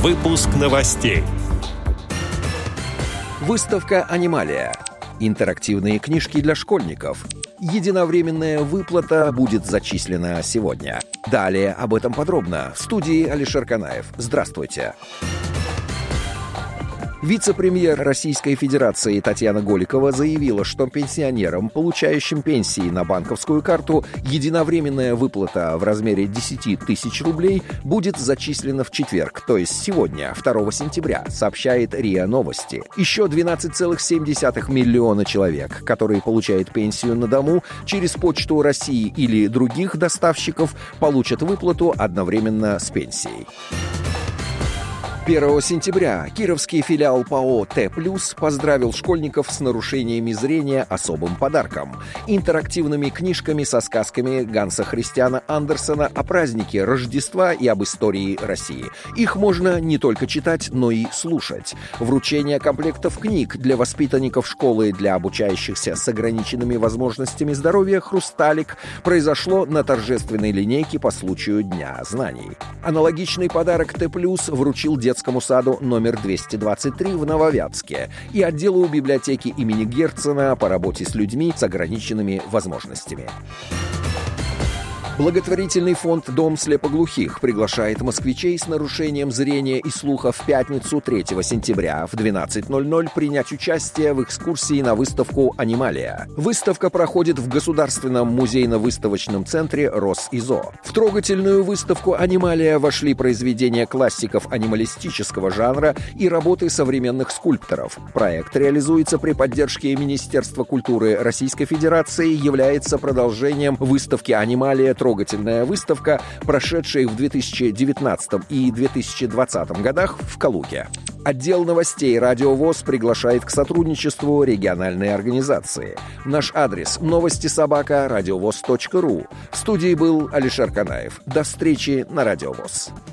Выпуск новостей. Выставка «Анималия». Интерактивные книжки для школьников. Единовременная выплата будет зачислена сегодня. Далее об этом подробно. В студии Алишер Канаев. Здравствуйте. Вице-премьер Российской Федерации Татьяна Голикова заявила, что пенсионерам, получающим пенсии на банковскую карту, единовременная выплата в размере 10 тысяч рублей будет зачислена в четверг, то есть сегодня, 2 сентября, сообщает РИА Новости. Еще 12,7 миллиона человек, которые получают пенсию на дому, через Почту России или других доставщиков, получат выплату одновременно с пенсией. 1 сентября кировский филиал ПАО «Т+» поздравил школьников с нарушениями зрения особым подарком – интерактивными книжками со сказками Ганса Христиана Андерсена о празднике Рождества и об истории России. Их можно не только читать, но и слушать. Вручение комплектов книг для воспитанников школы для обучающихся с ограниченными возможностями здоровья «Хрусталик» произошло на торжественной линейке по случаю Дня знаний. Аналогичный подарок «Т+» вручил детскому саду номер 223 в Нововятске и отделу библиотеки имени Герцена по работе с людьми с ограниченными возможностями. Благотворительный фонд «Дом слепоглухих» приглашает москвичей с нарушением зрения и слуха в пятницу 3 сентября в 12:00 принять участие в экскурсии на выставку «Анималия». Выставка проходит в Государственном музейно-выставочном центре «Росизо». В трогательную выставку «Анималия» вошли произведения классиков анималистического жанра и работы современных скульпторов. Проект реализуется при поддержке Министерства культуры Российской Федерации, является продолжением выставки «Анималия. Трогательная выставка», прошедшей в 2019 и 2020 годах в Калуге. Отдел новостей «Радио ВОС» приглашает к сотрудничеству региональной организации. Наш адрес – новости@радиовос.ру. В студии был Алишер Канаев. До встречи на Радио ВОС.